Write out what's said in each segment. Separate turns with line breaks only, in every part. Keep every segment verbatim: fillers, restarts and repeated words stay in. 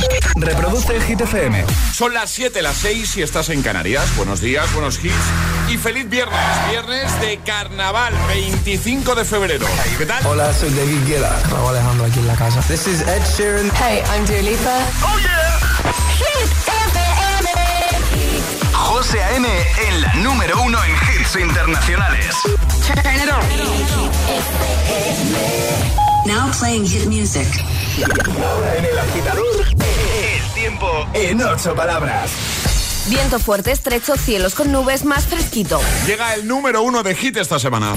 Reproduce el Hit F M.
Son las siete, las seis y estás en Canarias. Buenos días, buenos hits y feliz viernes. Viernes de carnaval, veinticinco de febrero. ¿Qué tal?
Hola, soy David Guetta. Raúl Alejandro aquí en la casa.
This is Ed Sheeran.
Hey, I'm Dua Lipa.
¡Oh, yeah!
Hit F M.
José A M en la número uno en hits internacionales.
Turn it on.
Now playing hit music.
Ahora en El Agitador, el tiempo en ocho palabras.
Viento fuerte, estrecho, cielos con nubes, más fresquito.
Llega el número uno de hit esta semana.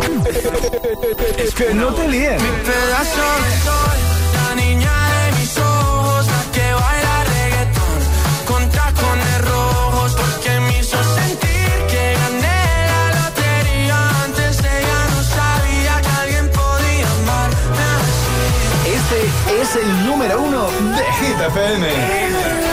Es que no te líen.
Mi pedazo de sol, la niña de mis ojos, la que baila reggaetón, con tacones rojos, porque me hizo sentir que gané la lotería. Antes ella no sabía que alguien podía amarme así.
Este es el número uno de Hit F M.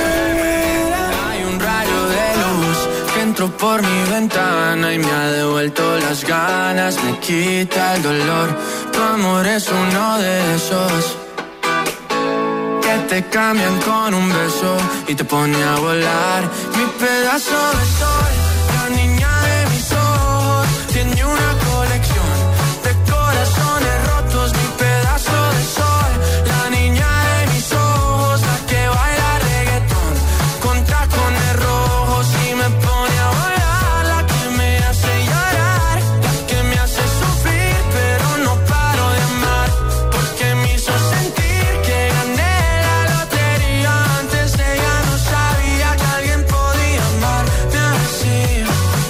Entro por mi ventana y me ha devuelto las ganas, me quita el dolor. Tu amor es uno de esos que te cambian con un beso y te pone a volar. Mi pedazo de sol, la niña de mis ojos, tiene una colección de corazones rotos. Mi pedazo de sol, la niña de mis ojos, la que baila reggaetón, con tacones rojos y me pone a volar, la que me hace llorar, la que me hace sufrir, pero no paro de amar, porque me hizo sentir que gané la lotería. Antes ella no sabía que alguien podía amarme así.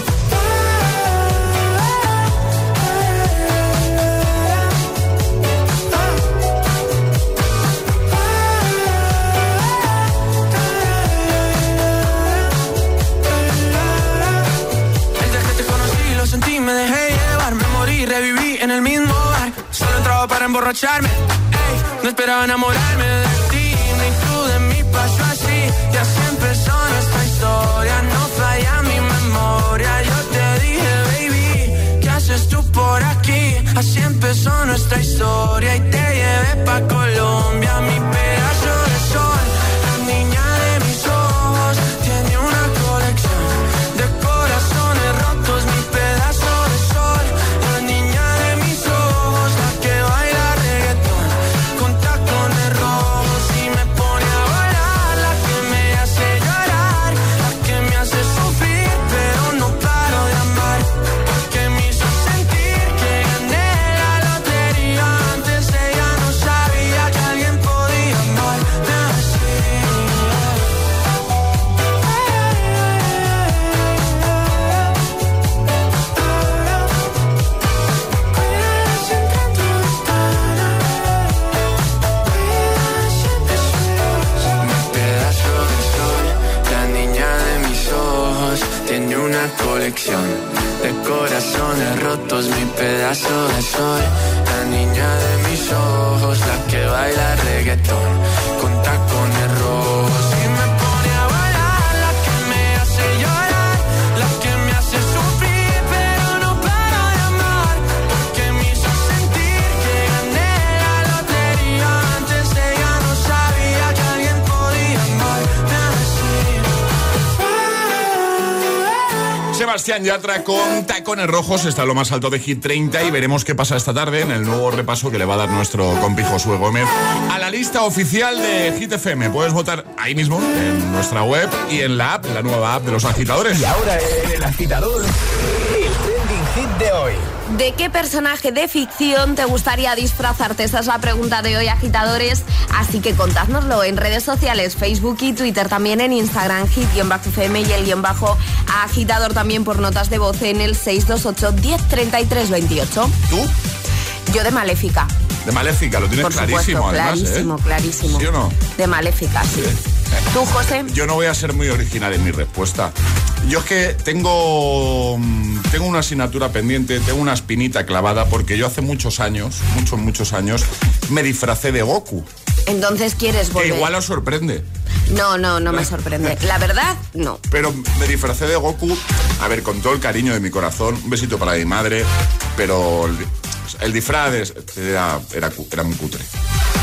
Desde que te conocí lo sentí, me dejé llevar, me morí, reviví en el mismo bar. Solo entraba para emborracharme, ey, no esperaba enamorarme de ti, ni tú de mí pasó así. Y así empezó nuestra historia, no falla mi memoria. Yo te dije, baby, ¿qué haces tú por aquí? Así empezó nuestra historia y te llevé pa' Colombia. Mi pedazo de sol, la niña de mis ojos, tiene una colección de corazones rotos. Mi pedazo de sol, la niña de mis ojos, la que baila reggaetón, con tacones rojos y me pone a volar, la que me hace llorar, la que me hace sufrir, pero no paro de amar, porque me hizo sentir que gané la lotería. Antes ella no sabía que alguien podía amarme así. Mi pedazo de sol, la niña de mis ojos, tiene una colección de corazones rotos. Mi pedazo de sol, la niña de mis ojos, la que baila reggaetón, con tacones rojos y me pone a volar, la que me hace llorar, la que me hace sufrir, pero no paro de amar, porque me hizo sentir que gané la lotería. Antes ella no sabía que alguien podía amarme así.
Sebastián Yatra con tacones rojos está en lo más alto de Hit treinta y veremos qué pasa esta tarde en el nuevo repaso que le va a dar nuestro compi Josué Gómez a la lista oficial de Hit F M. Puedes votar ahí mismo en nuestra web y en la app, la nueva app de los agitadores.
Y ahora en El Agitador, el trending hit de hoy.
¿De qué personaje de ficción te gustaría disfrazarte? Esa es la pregunta de hoy, agitadores. Así que contádnoslo en redes sociales, Facebook y Twitter, también en Instagram, hit-F M y el guión bajo agitador, también por notas de voz en el seis dos ocho, diez, treinta y tres, veintiocho.
¿Tú?
Yo de Maléfica.
De Maléfica, lo tienes
Por
clarísimo,
supuesto,
además,
clarísimo,
¿eh?
clarísimo.
¿Sí o no?
De Maléfica, sí.
Sí.
¿Tú, José?
Yo no voy a ser muy original en mi respuesta. Yo es que tengo, tengo una asignatura pendiente, tengo una espinita clavada, porque yo hace muchos años, muchos, muchos años, me disfracé de Goku.
Entonces quieres volver.
Que igual os sorprende.
No, no, no me sorprende. La verdad, no.
Pero me disfracé de Goku, a ver, con todo el cariño de mi corazón, un besito para mi madre, pero el, el disfraz era, era, era muy cutre.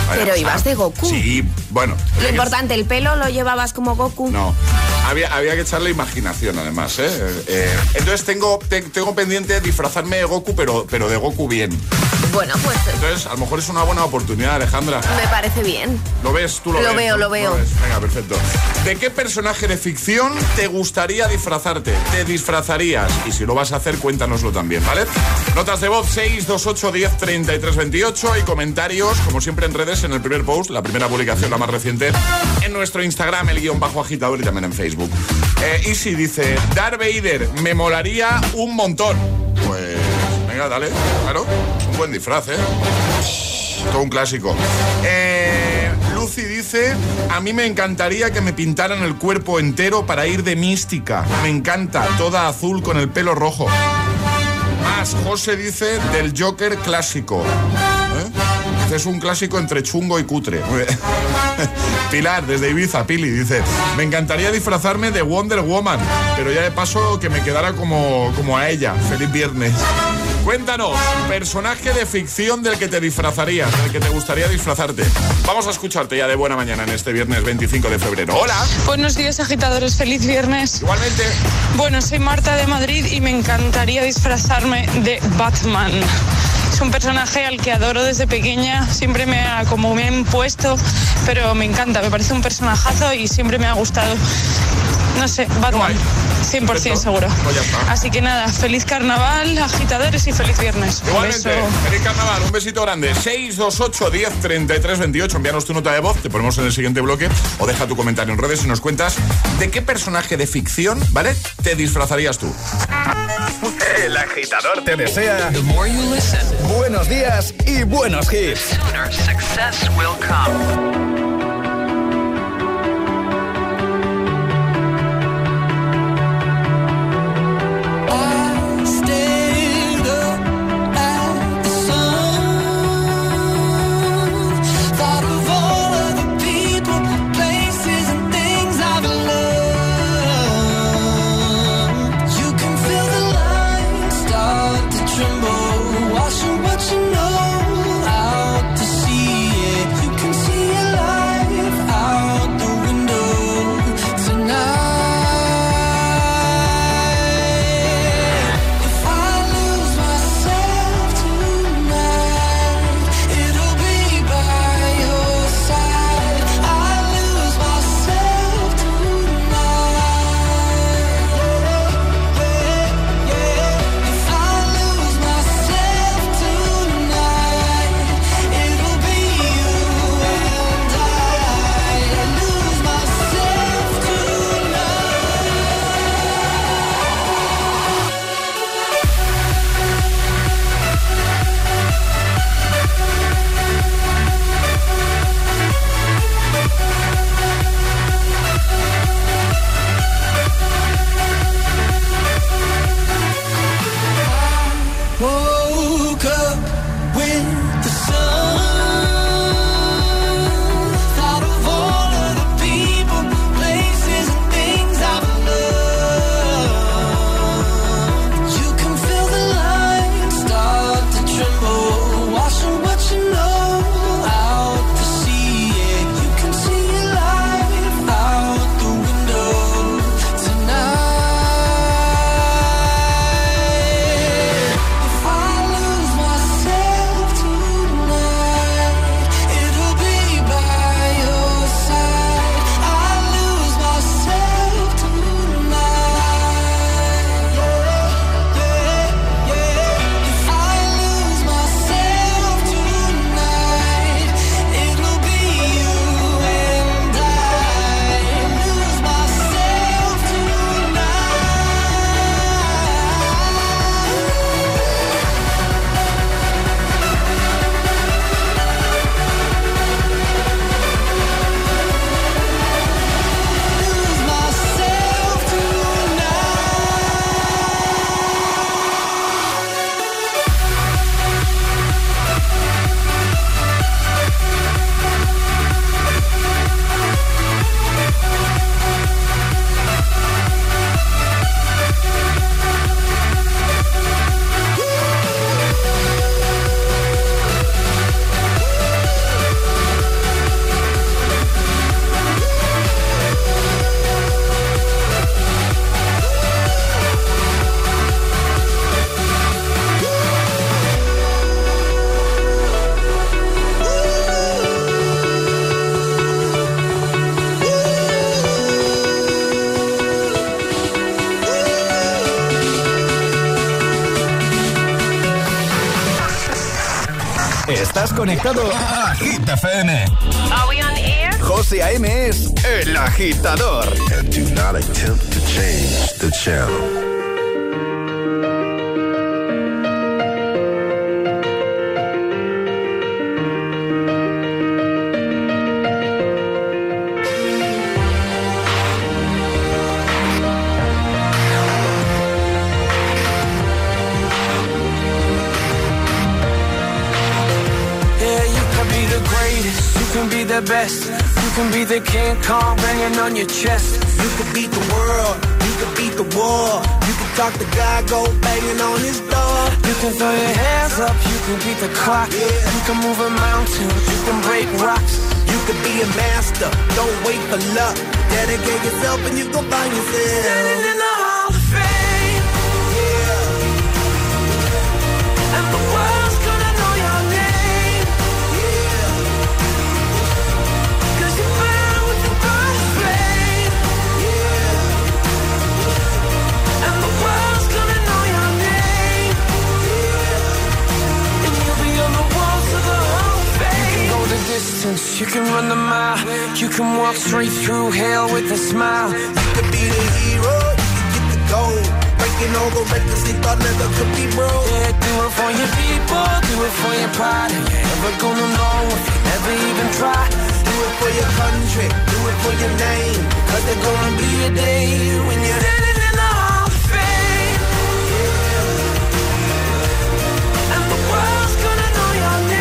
Vaya,
Pero
o sea,
ibas de Goku.
Sí, bueno.
Lo importante, ¿el pelo lo llevabas como Goku?
No, había, había que echarle imaginación además, ¿eh? eh entonces tengo, te, tengo pendiente disfrazarme de Goku, pero, pero de Goku bien.
Bueno, pues...
Entonces, a lo mejor es una buena oportunidad, Alejandra.
Me parece bien.
¿Lo ves? ¿Tú lo,
lo
ves?
veo,
¿no?
lo veo.
¿Lo ves? Venga, perfecto. ¿De qué personaje de ficción te gustaría disfrazarte? ¿Te disfrazarías? Y si lo vas a hacer, cuéntanoslo también, ¿vale? Notas de voz seis dos ocho diez treinta y tres veintiocho y comentarios, como siempre en redes, en el primer post, la primera publicación, la más reciente, en nuestro Instagram, el guión bajo agitador, y también en Facebook. Eh, Easy dice, Darth Vader, me molaría un montón. Pues... venga, dale, claro, es un buen disfraz, ¿eh? Todo un clásico. Eh, Lucy dice, a mí me encantaría que me pintaran el cuerpo entero para ir de mística. Me encanta, toda azul con el pelo rojo. Más, José dice, del Joker clásico. ¿Eh? Es un clásico entre chungo y cutre. Pilar, desde Ibiza, Pili, dice, me encantaría disfrazarme de Wonder Woman, pero ya de paso que me quedara como, como a ella. Feliz viernes. Cuéntanos, personaje de ficción del que te disfrazarías, del que te gustaría disfrazarte. Vamos a escucharte ya de buena mañana en este viernes veinticinco de febrero. Hola.
Buenos días, agitadores. Feliz viernes.
Igualmente.
Bueno, soy Marta de Madrid y me encantaría disfrazarme de Batman. Es un personaje al que adoro desde pequeña, siempre me ha, como me han puesto, pero me encanta, me parece un personajazo y siempre me ha gustado. No sé, Batman, cien por ciento seguro.
Pues
Así que nada, feliz carnaval, agitadores, y feliz viernes.
Igualmente, feliz carnaval, un besito grande. seis dos ocho diez treinta y tres veintiocho, envíanos tu nota de voz, te ponemos en el siguiente bloque, o deja tu comentario en redes y nos cuentas de qué personaje de ficción, ¿vale?, te disfrazarías tú.
El agitador te desea buenos días y buenos hits.
Sooner success will come.
What you know out to see it, you can see it light.
Estás conectado a Hit F M.
Are we on air?
José A M es el agitador.
And do not attempt to change the channel.
The best, you can be the King Kong banging on your chest.
You can beat the world, you can beat the war. You can talk to God, go banging on his door.
You can throw your hands up, you can beat the clock.
Yeah.
You can move a mountain, you can break rocks.
You can be a master, don't wait for luck. Dedicate yourself and you gon' find yourself
standing in the Hall of Fame. Yeah. And the world's gonna know your name.
Distance.
You can run the mile, you can walk straight through hell with a smile.
You can be the hero, you can get the gold. Breaking all the records they thought never could be broke.
Yeah, do it for your people, do it for your pride. You ain't ever gonna know if you never even try.
Do it for your country, do it for your name. Cause there's gonna be a day when you're
standing in the Hall of Fame. Yeah. And the world's gonna know your name.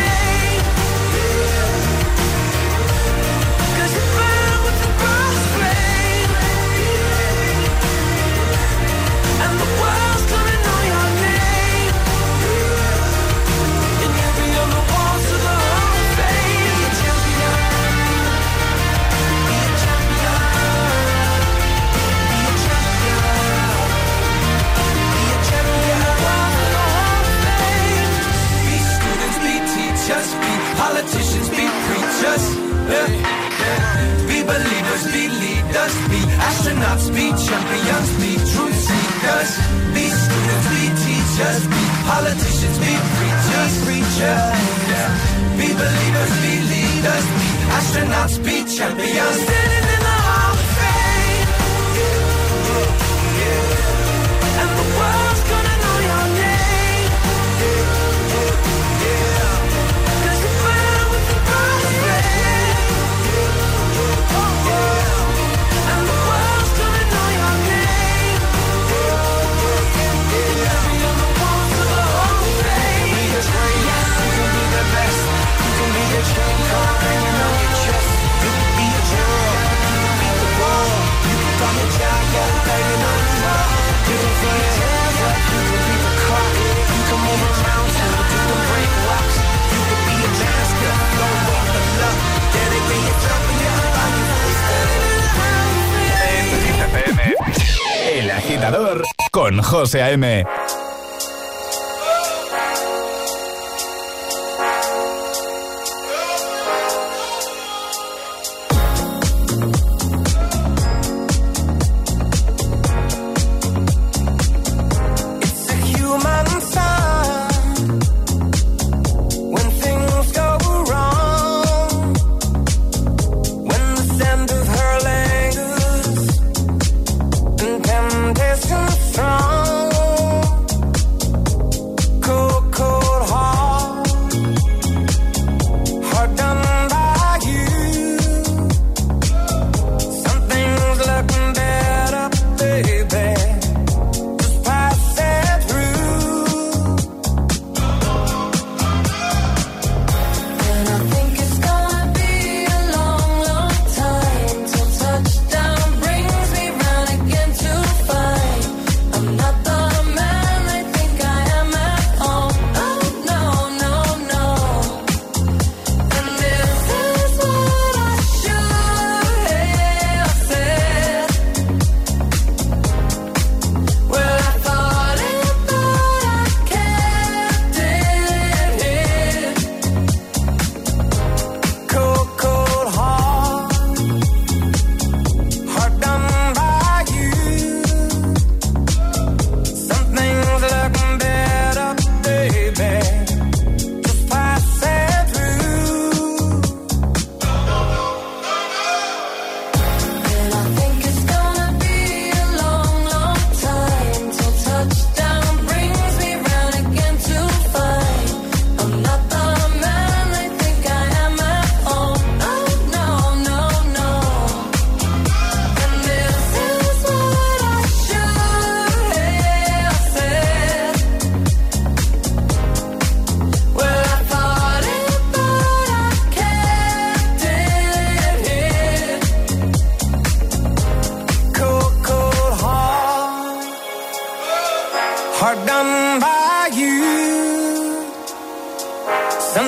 Politicians be preachers, yeah, yeah. Be believers, be leaders, be astronauts, be champions, be truth seekers. Be students, be teachers, be politicians, be preachers, preachers, yeah. Be believers, be leaders, be astronauts, be champions. Standing in the Hall of Fame, yeah, yeah, yeah. And the world's gonna know your name.
El agitador con José A M.
Strong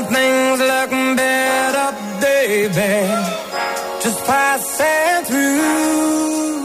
things look better, baby. Just passing through.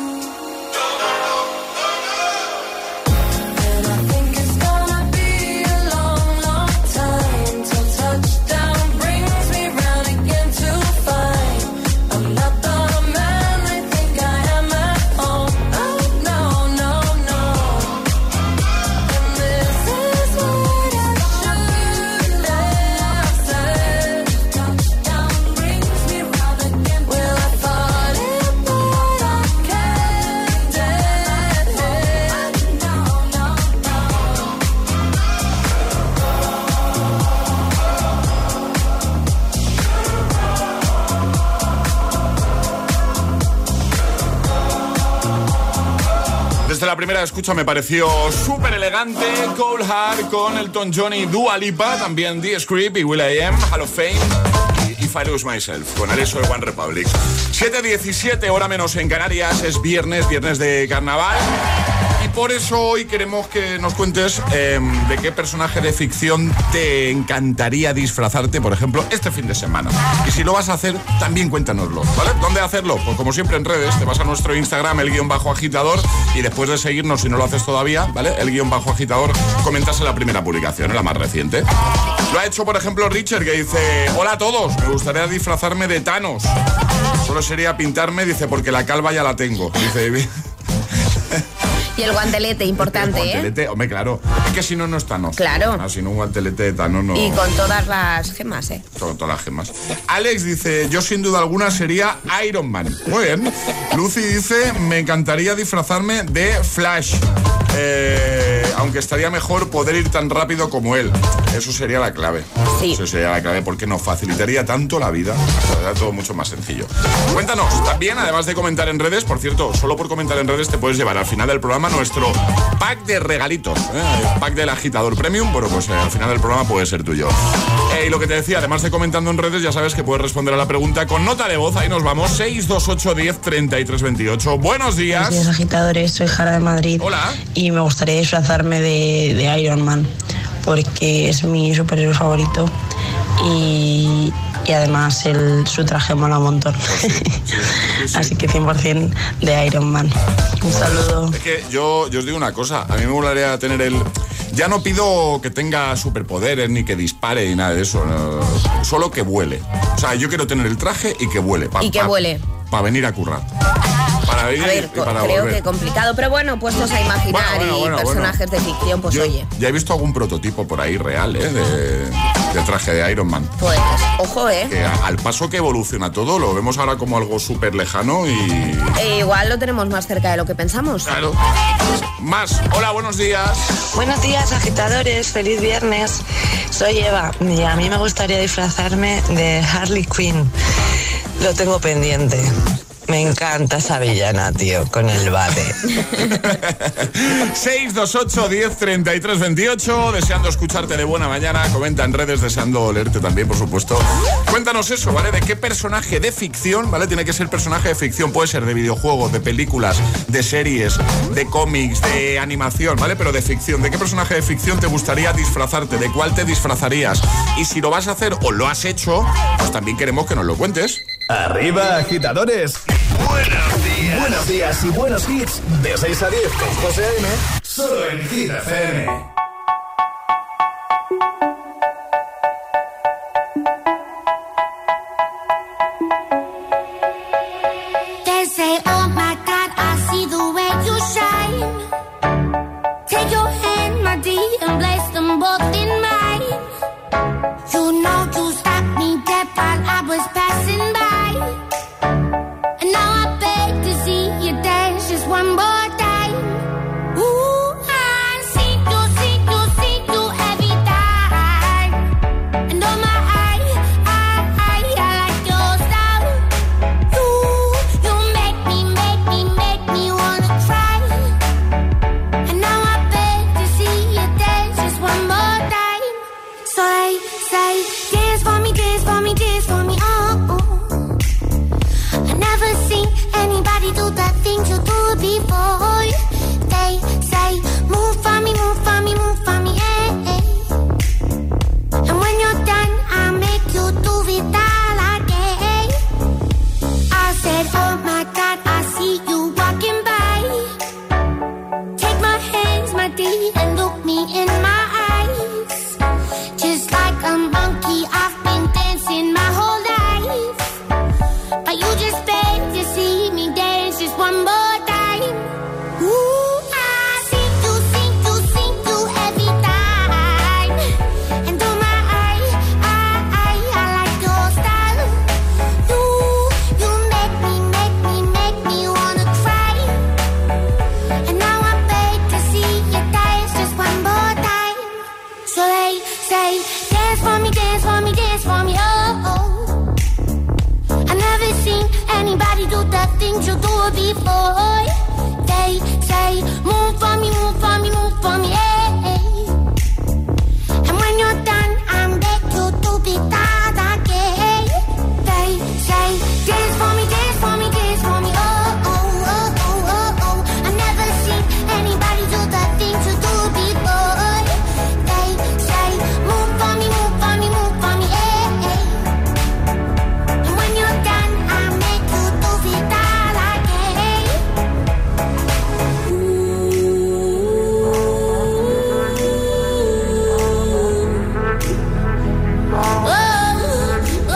La primera escucha me pareció súper elegante. Cold Heart con Elton John y Dua Lipa, también The Script y Will I Am, Hall of Fame y If I Lose Myself con el eso de One Republic. siete diecisiete, hora menos en Canarias, es viernes, viernes de carnaval. Y por eso hoy queremos que nos cuentes eh, de qué personaje de ficción te encantaría disfrazarte, por ejemplo, este fin de semana. Y si lo vas a hacer, también cuéntanoslo, ¿vale? ¿Dónde hacerlo? Pues como siempre en redes, te vas a nuestro Instagram, el guión bajo agitador, y después de seguirnos, si no lo haces todavía, ¿vale? El guión bajo agitador, comentas en la primera publicación, la más reciente. Lo ha hecho, por ejemplo, Richard, que dice: hola a todos, me gustaría disfrazarme de Thanos. Solo sería pintarme, dice, porque la calva ya la tengo. Dice...
Y el guantelete, importante,
el guantelete,
¿eh?
Hombre, claro. Es que si no, no es Thanos.
Claro.
Ah, si no, un guantelete de Thanos no...
Y con todas las gemas, ¿eh?
Con todas las gemas. Alex dice: yo sin duda alguna sería Iron Man. Muy bien. Lucy dice: me encantaría disfrazarme de Flash. Eh, aunque estaría mejor poder ir tan rápido como él. Eso sería la clave.
Sí.
Eso sería la clave porque nos facilitaría tanto la vida. Sería todo mucho más sencillo. Cuéntanos, también, además de comentar en redes, por cierto, solo por comentar en redes te puedes llevar al final del programa nuestro pack de regalitos. ¿eh? El pack del agitador premium. Bueno, pues eh, al final del programa puede ser tuyo. Eh, y lo que te decía, además de comentando en redes, ya sabes que puedes responder a la pregunta con nota de voz. Ahí nos vamos. seis dos ocho diez treinta y tres veintiocho. Buenos días.
Buenos días, agitadores. Soy Jara de Madrid.
Hola.
Y me gustaría disfrazarme de, de Iron Man, porque es mi superhéroe favorito y, y además el, su traje mola un montón. Sí, sí, sí, sí. Así que cien por ciento de Iron Man. Un saludo.
Es que yo, yo os digo una cosa, a mí me gustaría tener el... Ya no pido que tenga superpoderes ni que dispare ni nada de eso, no, solo que vuele. O sea, yo quiero tener el traje y que vuele. Pa,
y que
pa,
vuele.
Para venir a currar. Para venir
a ver,
y para
creo
volver.
que complicado, pero bueno, puestos a imaginar
bueno, bueno,
y
bueno,
personajes
bueno.
de ficción, pues
yo,
oye.
Ya he visto algún prototipo por ahí real, ¿eh? De, de traje de Iron Man.
Pues, ojo, ¿eh?
Que a, al paso que evoluciona todo, lo vemos ahora como algo súper lejano y...
E igual lo tenemos más cerca de lo que pensamos.
Claro. Más. Hola, buenos días.
Buenos días, agitadores. Feliz viernes. Soy Eva y a mí me gustaría disfrazarme de Harley Quinn. Lo tengo pendiente. Me encanta esa villana, tío, con el bate.
seis dos ocho diez treinta y tres veintiocho. Deseando escucharte de buena mañana. Comenta en redes, deseando leerte también, por supuesto. Cuéntanos eso, ¿vale? ¿De qué personaje de ficción, ¿vale? Tiene que ser personaje de ficción. Puede ser de videojuegos, de películas, de series, de cómics, de animación, ¿vale? Pero de ficción. ¿De qué personaje de ficción te gustaría disfrazarte? ¿De cuál te disfrazarías? Y si lo vas a hacer o lo has hecho, pues también queremos que nos lo cuentes.
Arriba, agitadores.
Buenos días.
Buenos días y buenos hits. De seis a diez con José A M. Solo en Hit F M.
They say, oh my God, I see the way you shine. Take your hand, my dear, and place them both in mine. You know you stopped me dead while I was passing by. One more time. Ooh, I see you, see do it before. They say, move for me, move for me, move for me, yeah. And when you're done, I'm back to do be that again. They say, dance for me, dance for me, dance for me, oh, oh, oh, oh, oh, oh. I've never seen anybody do the things you do before. They say, move for me, move for me, move for me, yeah. And when you're done, I'll make you do it all again. Oh, oh,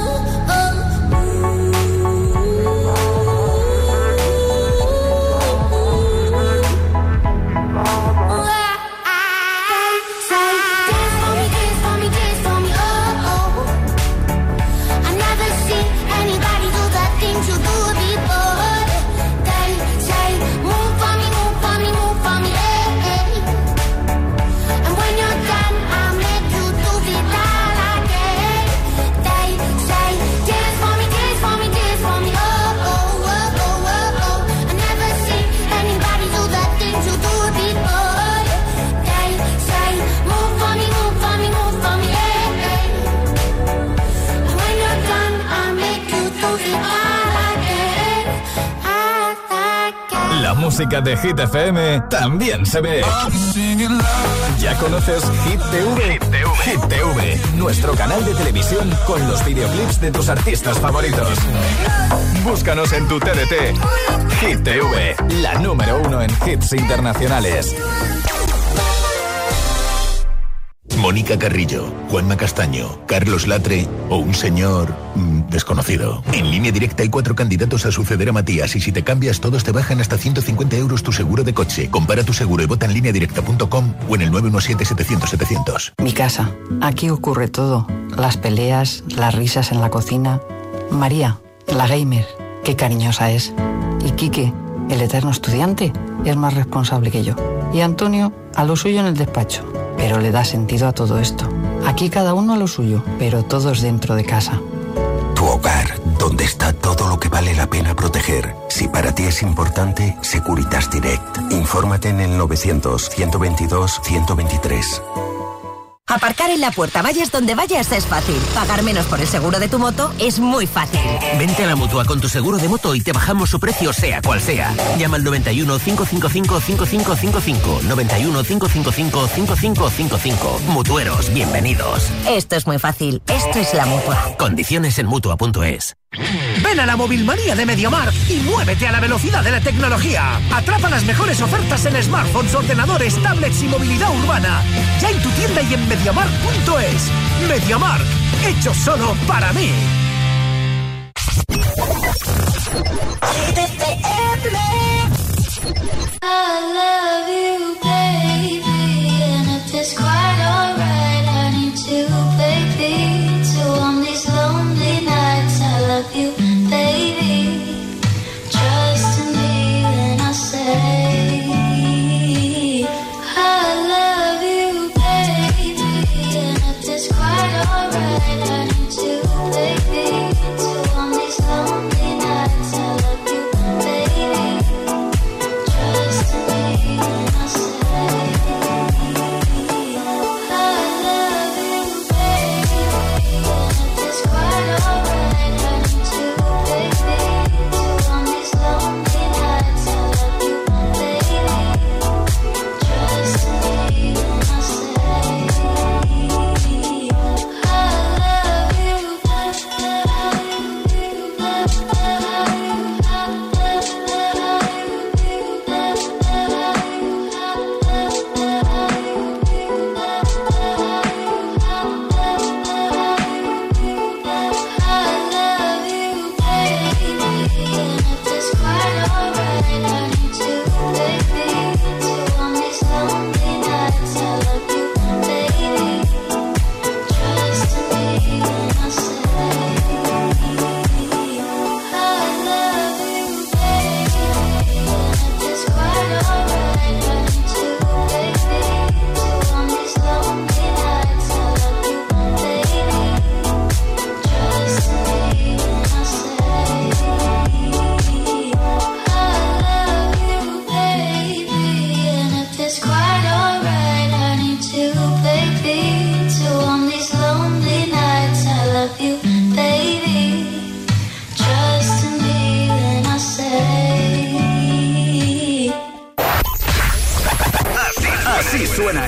La música de Hit F M también se ve. ¿Ya conoces Hit T V? Hit T V, nuestro canal de televisión con los videoclips de tus artistas favoritos. Búscanos en tu T D T. Hit T V, la número uno en hits internacionales.
Mónica Carrillo, Juanma Castaño, Carlos Latre o un señor mmm, desconocido. En Línea Directa hay cuatro candidatos a suceder a Matías y si te cambias todos te bajan hasta ciento cincuenta euros tu seguro de coche. Compara tu seguro y vota en línea directa punto com o en el nueve uno siete, setecientos, setecientos.
Mi casa. Aquí ocurre todo. Las peleas, las risas en la cocina. María, la gamer, qué cariñosa es. Y Quique, el eterno estudiante, es más responsable que yo. Y Antonio, a lo suyo en el despacho. Pero le da sentido a todo esto. Aquí cada uno a lo suyo, pero todos dentro de casa.
Tu hogar, donde está todo lo que vale la pena proteger. Si para ti es importante, Securitas Direct. Infórmate en el novecientos, ciento veintidós, ciento veintitrés.
Aparcar en la puerta, vayas donde vayas, es fácil. Pagar menos por el seguro de tu moto es muy fácil.
Vente a la Mutua con tu seguro de moto y te bajamos su precio sea cual sea. Llama al noventa y uno, cinco cinco cinco, cinco cinco cinco cinco. noventa y uno, cinco cinco cinco, cinco cinco cinco cinco. Mutueros, bienvenidos.
Esto es muy fácil. Esto es la Mutua.
Condiciones en Mutua punto es.
Ven a la Movilmanía de MediaMarkt y muévete a la velocidad de la tecnología. Atrapa las mejores ofertas en smartphones, ordenadores, tablets y movilidad urbana. Ya en tu tienda y en MediaMarkt punto es. MediaMarkt, hecho solo para mí.
I love you, baby, and if it's quite alright, I need you, baby, to on these lonely nights. I love you, baby, trust in me when I say I love you, baby, and if it's quite alright, I need you, baby, to on these lonely nights. I love you, baby.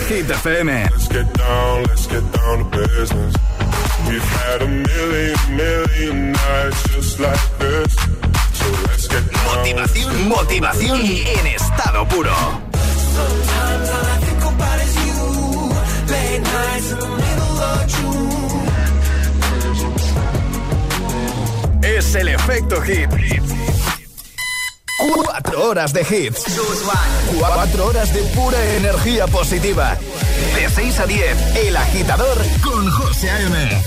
Hit F M.
Let's get down, let's get down to business. We've had a million, million nights just like this. So let's get down.
Motivación, motivación en estado puro.
Sometimes all I think about is you. Late nights in the middle of June.
Es el efecto hit. Cuatro horas de hits. Cuatro horas de pura energía positiva. De seis a diez, El Agitador con José A M.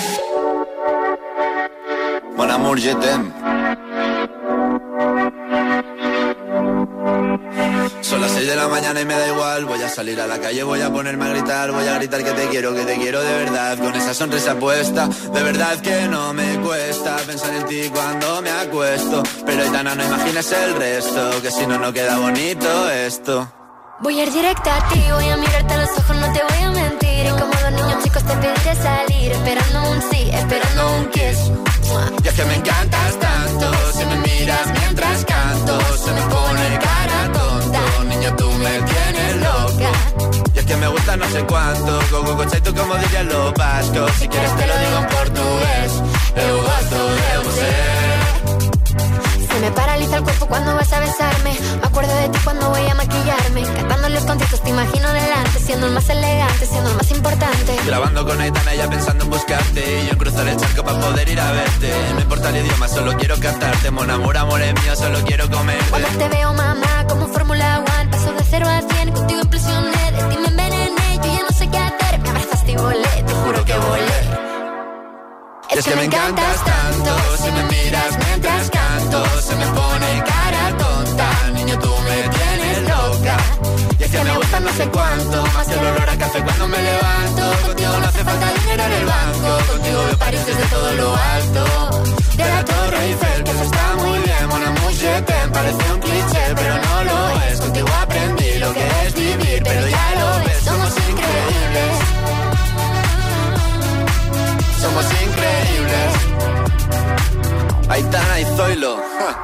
Mon amour, je t'aime. Son las seis de la mañana y me da igual. Voy a salir a la calle, voy a ponerme a gritar. Voy a gritar que te quiero, que te quiero de verdad. Con esa sonrisa puesta, de verdad que no me cuesta pensar en ti cuando me acuesto. Pero Aitana, no imaginas el resto, que si no, no queda bonito esto.
Voy a ir directa a ti, voy a mirarte a los ojos, no te voy a mentir. Y como los niños chicos te pediré salir, esperando un sí, esperando un kiss.
Y es que me encantas tanto, si me miras mientras canto, se me pone cara tonta. Niño, tú me tienes loca. Y es que me gusta no sé cuánto, go, go, tú como dirían los vascos. Si quieres te lo digo en portugués, eu gosto de você.
Se me paraliza el cuerpo cuando vas a besarme. Me acuerdo de ti cuando voy a maquillarme. Cantando los conciertos te imagino delante, siendo el más elegante, siendo el más importante.
Grabando con Aitana ya pensando en buscarte. Y yo en cruzar el charco para poder ir a verte. No importa el idioma, solo quiero cantarte. Mon amor, amor es mío, solo quiero comer.
Cuando te veo, mamá, como Fórmula One, paso de cero a cien, contigo implosioné. De ti me envenené, yo ya no sé qué hacer. Me abrazaste y volé, te juro que volé.
Es, es que, que me encantas tanto, si me miras mientras canto, se me pone cara tonta. Niño, tú me tienes loca. Y es que me gusta no sé cuánto, más el olor a café cuando me levanto. Contigo no hace falta dinero en el banco, contigo veo París desde todo lo alto. De la Torre Eiffel, que eso está muy bien. Mon amour, je t'aime, parece un cliché, pero no lo es. Contigo aprendí lo que es vivir, pero ya lo ves, somos increíbles. Somos increíbles. Aitana y Zoilo. Ja.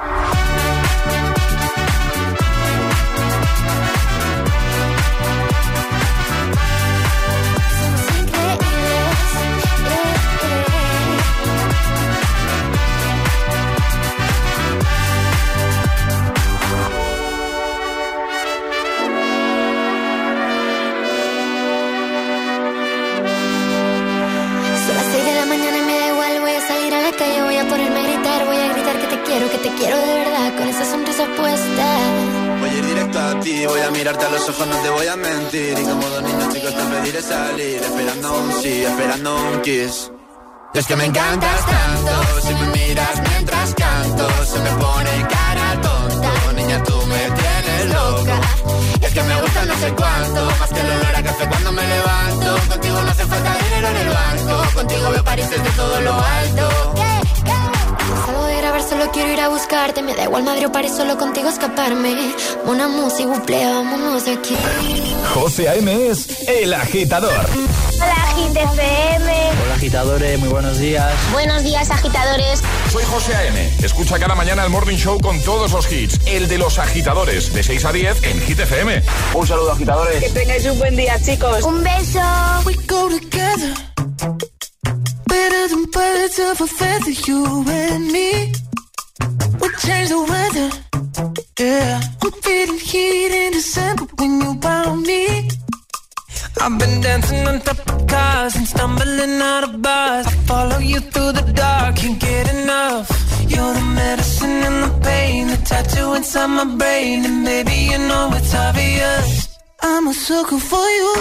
Voy a ponerme a gritar, voy a gritar que te quiero, que te quiero de verdad, con esa sonrisa puesta.
Voy a ir directo a ti, voy a mirarte a los ojos, no te voy a mentir. Y como dos niños chicos te pediré salir, esperando un sí, esperando un kiss. Y es que me encantas tanto, si me miras mientras canto, se me pone cara tonta. Niña, tú me tienes loca. Y es que me gusta no sé cuánto, más que el olor a café cuando me levanto. Contigo no hace falta dinero en el banco, contigo veo París desde todo lo alto.
Salgo de grabar, solo quiero ir a buscarte. Me da igual Madrid o París, solo contigo escaparme. Una música, buple, vámonos de aquí.
José A M es El Agitador.
Hola, Hit F M.
Hola, agitadores, muy buenos días.
Buenos días, agitadores.
Soy José A M. Escucha cada mañana el Morning Show con todos los hits. El de los agitadores, de seis a diez en Hit F M.
Un saludo, agitadores.
Que tengáis un buen día, chicos. Un beso.
We go together. Better than birds of a feather, you and me. We change the weather. Yeah. I'm feeling heat in December when you found me. I've been dancing on top of cars and stumbling out of bars. I follow you through the dark, can't get enough. You're the medicine and the pain, the tattoo inside my brain. And baby, you know it's obvious, I'm a sucker for you.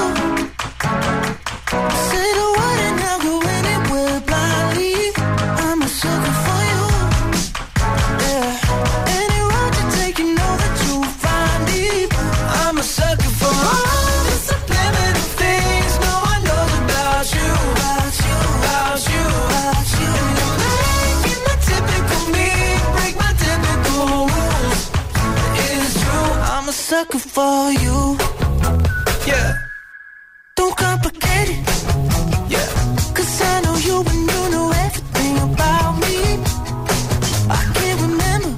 Say the word and I'll go anywhere blindly. I'm a sucker for you. Yeah. Any road you take, you know that you'll find it. I'm a sucker for all the subliminal things no one knows about you. About you, about you, about you. And you're making the typical me break my typical rules. It's true, I'm a sucker for you. Yeah. Don't complicate it. Yeah. Cause I know you and you know everything about me. I can't remember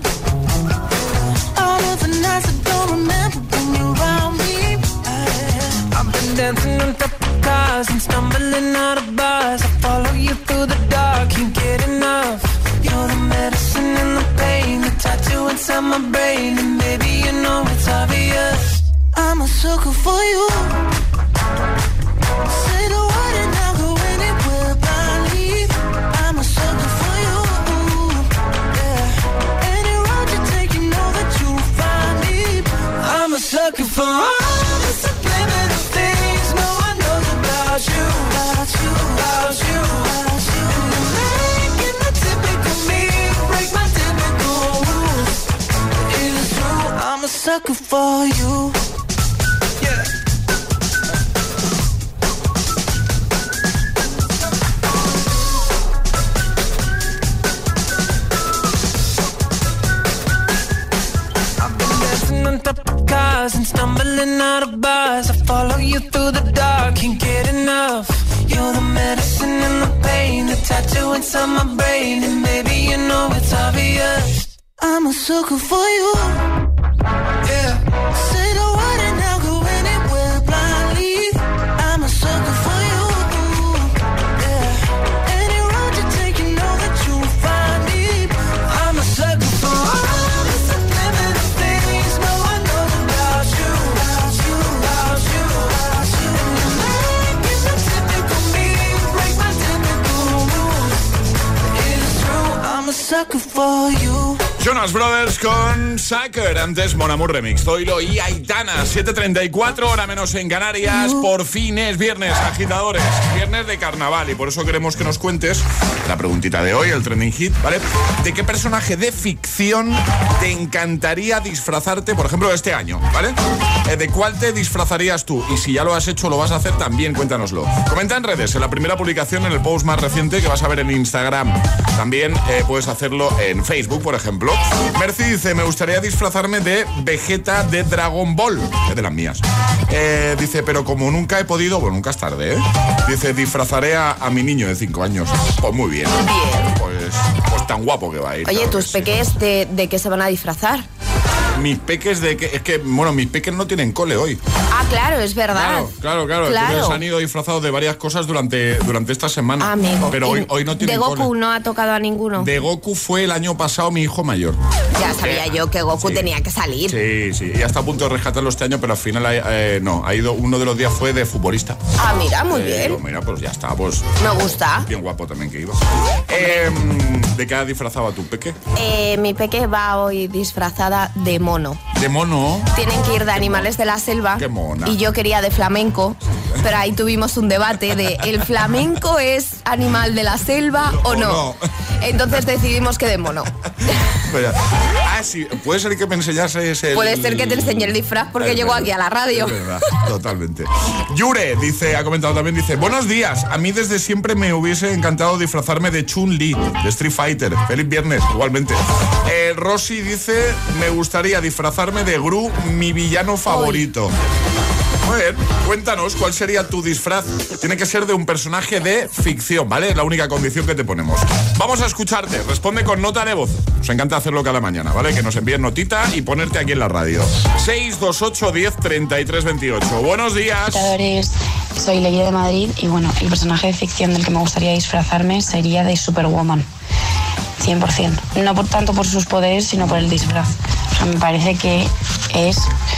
all of the nights I don't remember when you're around me. I, I've been dancing dancing on top of cars and stumbling out of bars. I follow you through the dark, can't get enough. You're the medicine and the pain, the tattoo inside my brain, and baby you know it's obvious. I'm a sucker for you. Say the word and I'll go anywhere blindly. I'm a sucker for you. Yeah. Any road you take, you know that you'll find me. I'm a sucker for all the subliminal things no one knows about you. About you, about you, about you. You're making the typical me break my typical rules. It is true, I'm a sucker for you. And stumbling out of bars, I follow you through the dark, can't get enough. You're the medicine and the pain, the tattoo inside my brain, and baby you know it's obvious. I'm a sucker for you. Yeah. Say the word and I'll go anywhere blindly. I'm a sucker for you. Yeah. Any road you take, you know that you'll find me. I'm a sucker for all the subliminal things no one knows about you. About you, about you, about you. You're making the typical me break my typical rules. It is true, I'm a sucker for you.
Jonas Brothers con Sucker, antes Mon Amour Remix, Zoilo y Aitana. Siete treinta y cuatro, hora menos en Canarias. Por fin es viernes, agitadores, viernes de carnaval, y por eso queremos que nos cuentes la preguntita de hoy, el trending hit, ¿vale? ¿De qué personaje de ficción te encantaría disfrazarte, por ejemplo, este año, ¿vale? ¿De cuál te disfrazarías tú? Y si ya lo has hecho, lo vas a hacer también, cuéntanoslo. Comenta en redes, en la primera publicación, en el post más reciente que vas a ver en Instagram. También eh, puedes hacerlo en Facebook, por ejemplo. Mercy dice, me gustaría disfrazarme de Vegeta de Dragon Ball. Es de las mías. Eh, dice, pero como nunca he podido, bueno, nunca es tarde, ¿eh? Dice, disfrazaré a, a mi niño de cinco años. Pues muy bien.
Bien.
Pues, pues tan guapo que va a ir.
Oye,
claro
¿tus
sí.
peques de, de qué se van a disfrazar?
Mis peques de que... Es que, bueno, mis peques no tienen cole hoy.
Ah, claro, es verdad.
Claro, claro, claro.
Claro.
Entonces han ido disfrazados de varias cosas durante, durante esta semana.
Amigo.
Pero hoy, hoy no tienen
¿De Goku
cole.
no ha tocado a ninguno?
De Goku fue el año pasado mi hijo mayor.
Ya sabía yo que Goku
sí.
tenía que salir.
Sí, sí. Y hasta a punto de rescatarlo este año, pero al final eh, no. Ha ido, uno de los días fue de futbolista.
Ah, mira, muy
eh,
bien.
Digo, mira, pues ya está, pues...
Me gusta.
Bien guapo también que iba. Eh, ¿De qué ha disfrazado a tu peque?
Eh, mi peque va hoy disfrazada de mono.
¿De mono?
Tienen que ir de animales de la selva.
Qué mona.
Y yo quería de flamenco, pero ahí tuvimos un debate de ¿el flamenco es animal de la selva o no?
no.
Entonces decidimos que de mono.
Pues ya. Ah, sí, puede ser que me enseñase ese...
Puede ser que te enseñe el disfraz porque
es
llego
verdad,
aquí a la radio.
Es verdad, totalmente. Yure dice, ha comentado también, dice, buenos días, a mí desde siempre me hubiese encantado disfrazarme de Chun-Li, de Street Fighter. Feliz viernes, igualmente. Eh, Rosy dice, me gustaría disfrazarme de Gru, mi villano favorito. Muy bien, cuéntanos cuál sería tu disfraz. Tiene que ser de un personaje de ficción, ¿vale? Es la única condición que te ponemos. Vamos a escucharte, responde con nota de voz. Nos encanta hacerlo cada mañana, ¿vale? Que nos envíen notita y ponerte aquí en la radio. seis dos ocho, diez, treinta y tres, veintiocho. Buenos días.
Agitadores, soy Leia de Madrid y bueno, el personaje de ficción del que me gustaría disfrazarme sería de Superwoman. cien por ciento. No por tanto por sus poderes, sino por el disfraz. O sea, me parece que es,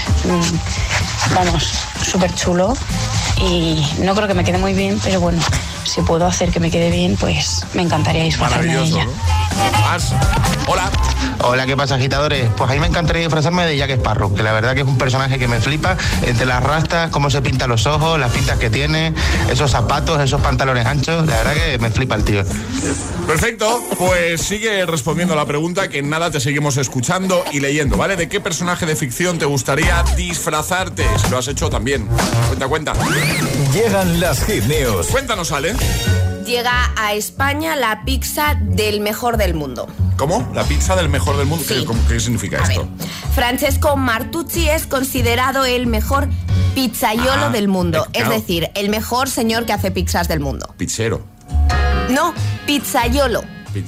mmm, vamos, súper chulo y no creo que me quede muy bien, pero bueno, si puedo hacer que me quede bien, pues me encantaría disfrazarme de ella.
¿No? Más. Hola.
Hola, ¿qué pasa, agitadores? Pues a mí me encantaría disfrazarme de Jack Sparrow, que la verdad que es un personaje que me flipa, entre las rastas, cómo se pinta los ojos, las pintas que tiene, esos zapatos, esos pantalones anchos, la verdad que me flipa el tío.
Perfecto, pues sigue respondiendo a la pregunta, que en nada te seguimos escuchando y leyendo, ¿vale? ¿De qué personaje de ficción te gustaría disfrazarte? Si lo has hecho también. Cuenta, cuenta.
Llegan las Hit News.
Cuéntanos, Ale.
Llega a España la pizza del mejor del mundo.
¿Cómo? ¿La pizza del mejor del mundo?
Sí.
¿Qué, cómo, ¿Qué significa
a
esto?
Ver, Francesco Martucci es considerado el mejor pizzaiolo
ah,
del mundo.
eh, claro.
Es decir, el mejor señor que hace pizzas del mundo.
Pizzero.
No, pizzaiolo.
Pizza.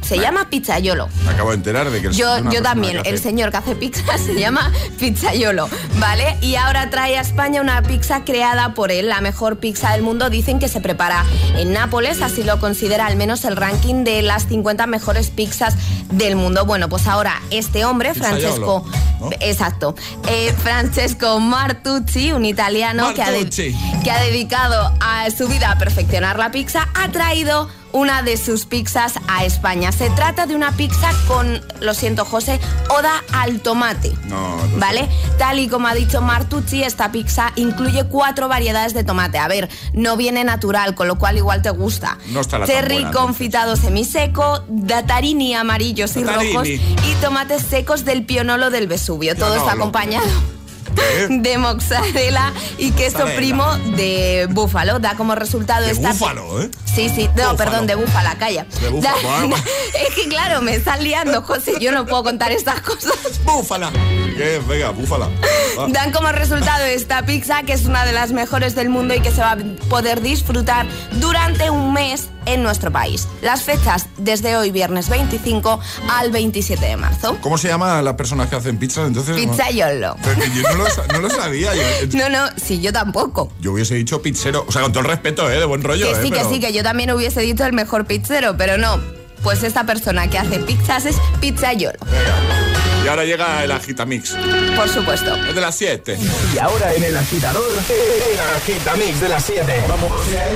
Se llama Pizzaiolo.
Me acabo de enterar de que el
Yo,
una
yo también,
hace...
el señor que hace pizza se llama Pizzaiolo, ¿vale? Y ahora trae a España una pizza creada por él, la mejor pizza del mundo. Dicen que se prepara en Nápoles, así lo considera al menos el ranking de las cincuenta mejores pizzas del mundo. Bueno, pues ahora este hombre, Francesco, ¿no? Exacto, eh, Francesco Martucci, un italiano que ha, de, que ha dedicado a su vida a perfeccionar la pizza, ha traído una de sus pizzas a España. Se trata de una pizza con, lo siento José, oda al tomate.
No, no
¿Vale?
sé.
Tal y como ha dicho Martucci, esta pizza incluye cuatro variedades de tomate. A ver, no viene natural, con lo cual igual te gusta.
No está la
Cherry
tan buena,
confitado semiseco, datarini amarillos
Datarini.
y rojos y tomates secos del Pionolo del Vesubio. Todo
no,
está
lo-
acompañado de mozzarella y queso
Mozzarella.
primo de búfalo. Da como resultado
De
esta...
búfalo, ¿eh?
Sí, sí, no,
Búfalo.
perdón, de búfala, calla.
De búfalo,
Da-
vamos.
Es que claro, me estás liando, José, yo no puedo contar estas cosas.
Búfala. ¿Qué? Venga, búfala. Va.
Dan como resultado esta pizza, que es una de las mejores del mundo y que se va a poder disfrutar durante un mes en nuestro país. Las fechas desde hoy, viernes veinticinco al veintisiete de marzo.
¿Cómo se llama la persona que hacen pizzas entonces?
Pizzaiolo.
Pero que yo no lo, sa- no lo sabía. Yo,
No, no, sí, yo tampoco.
yo hubiese dicho pizzero. O sea, con todo el respeto, ¿eh? De buen rollo,
Que
¿eh?
sí, que
Pero-
sí, que yo también hubiese dicho el mejor pizzero, pero no. Pues esta persona que hace pizzas es Pizzaiolo,
Y ahora llega el Agitamix.
por supuesto.
Es de las siete.
Y ahora en el agitador, el agitamix de las siete. Vamos.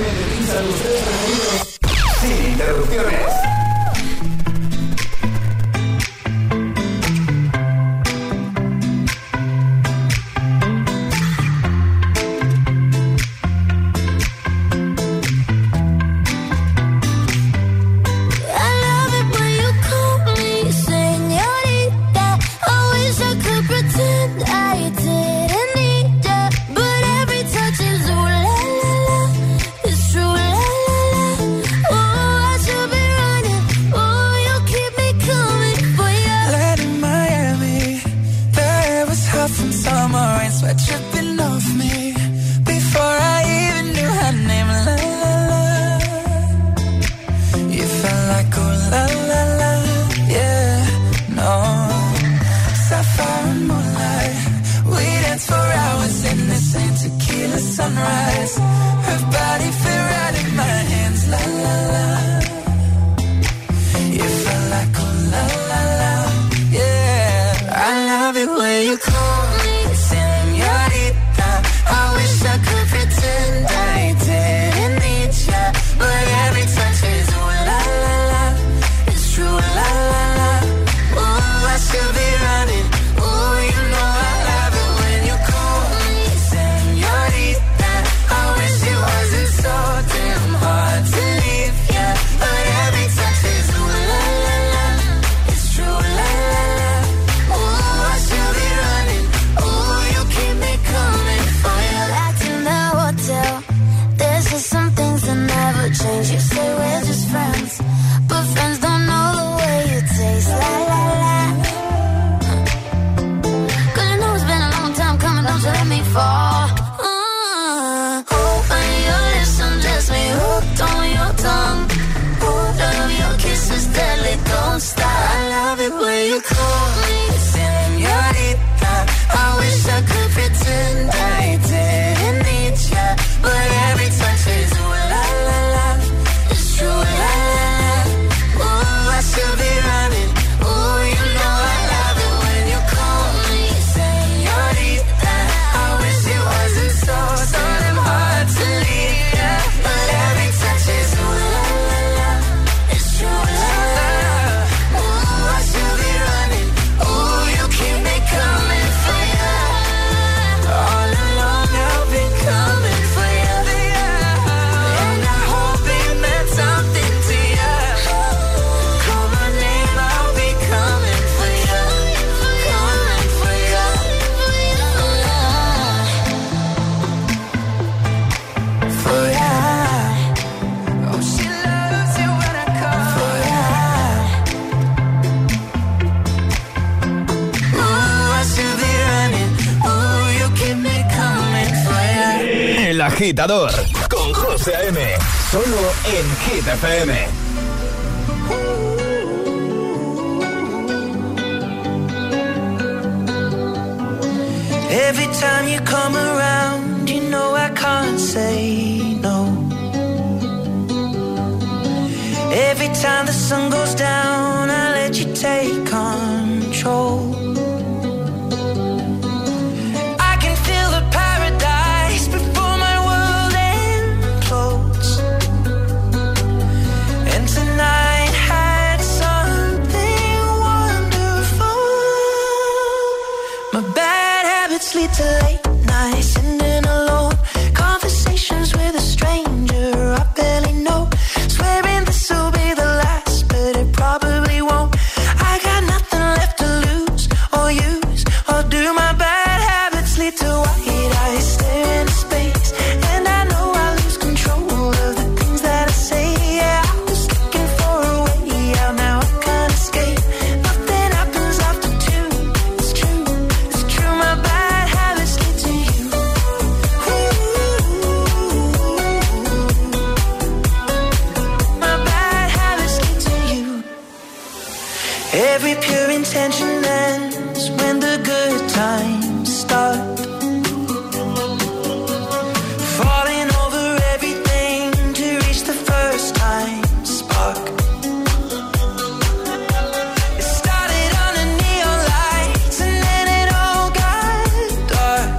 Sin interrupciones.
I love it when you call me señorita. I wish I could pretend I didn't need ya, but every touch is ooh la la la. It's true la la la. Oh, I should be running. Oh, you keep me coming for ya.
Land in Miami, the air was hot from summer rain, sweat dripping off me. Before I even knew her name, la la la. You felt like oh la la la, yeah, no. Sapphire and moonlight, we danced for hours in the same tequila sunrise. Her body fit right in my hands, la la la. You felt like oh la la la, yeah. I love it when you call me señorita. I wish I could pretend I didn't need ya, but every touch is ooh la la la. It's true la la la. Ooh, I should be running. Ooh, you know I love it when you call me señorita. I wish it wasn't so damn hard to leave ya, but every touch is ooh la la la. It's true la la la. Ooh, I should be running. Ooh, you keep me coming for ya.
Back in the hotel, there's just some things that never change. You say we're just friends, but friends don't know the way you taste. La la la. Cause you know it's been a long time coming, don't you let me fall. Uh, when your lips undress me, hooked on your tongue. Oh, love your kisses deadly, don't stop.
I love it when you call me señorita. I wish I could pretend I didn't need ya, but every touch is ooh la la la. It's true la la la. Ooh, I should be running. Ooh, you know I love it when you call me señorita. I wish it wasn't so so damn hard to leave ya, but every touch is ooh la la la. It's true la la la. Ooh, I should be running. Ooh, you keep me coming for ya. All along I've been coming for ya, and I hope it meant something to ya. Call my name, I'll be coming for ya, coming for ya. For ya. Oh, she loves it when I call for ya. Ooh, I should be running. Ooh, you keep me coming for ya.
El agitador con José A M. Solo en Hit F M.
Every time you come around, you know I can't say no. Every time the sun goes down, I let you take control. I can feel the paradise before my world implodes. And tonight had something wonderful. My bad habits lead to late nights, ending alone. Conversations with a stranger I barely know. Swearing this will be the last, but it probably won't. I got nothing left to lose or use or do. My bad habits lead to white eyes staring into space, and I know I lose control of the things that I say. Yeah, I was looking for a way out, now I can't escape. Nothing happens after two. It's true, it's true. My bad habits lead to you. My bad habits lead to you. Every pure intention ends when the good times start. Falling over everything to reach the first time spark. It started under neon lights and then it all got dark.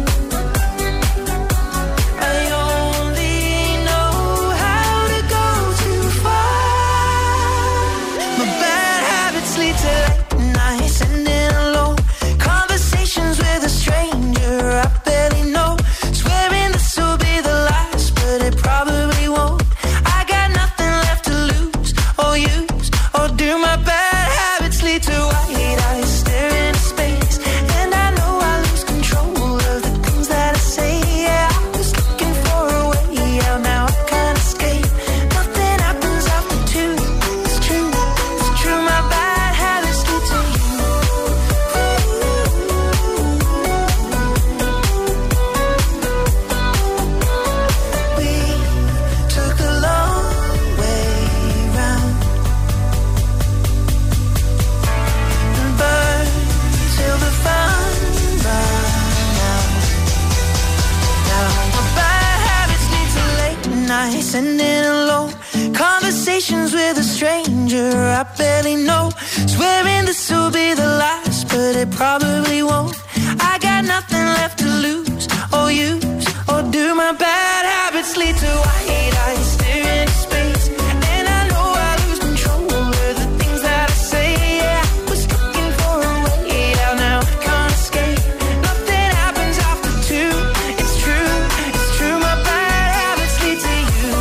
I only know how to go too far. My bad habits lead to late nights, ending alone. Conversations with a stranger I barely know. Swearing this will be the last, but it probably won't. I got nothing left to lose or use or do. My bad habits lead to white eyes staring into space, and I know I lose control of the things that I say. Yeah, I was looking for a way out, now I can't escape. Nothing happens after two. It's true, it's true. My bad habits lead to you. We took the long way round and burned till the fun ran out. Now my bad habits lead to late nights, ending alone. Conversations with a stranger I barely know. Swearing this will be the last, but it probably won't. I got nothing left to lose or use or do. My bad habits lead to white eyes staring into space, and I know I lose control of the things that I say. Yeah, I was looking for a way out, now I can't escape. Nothing happens after two. It's true, it's true. My bad habits lead to you.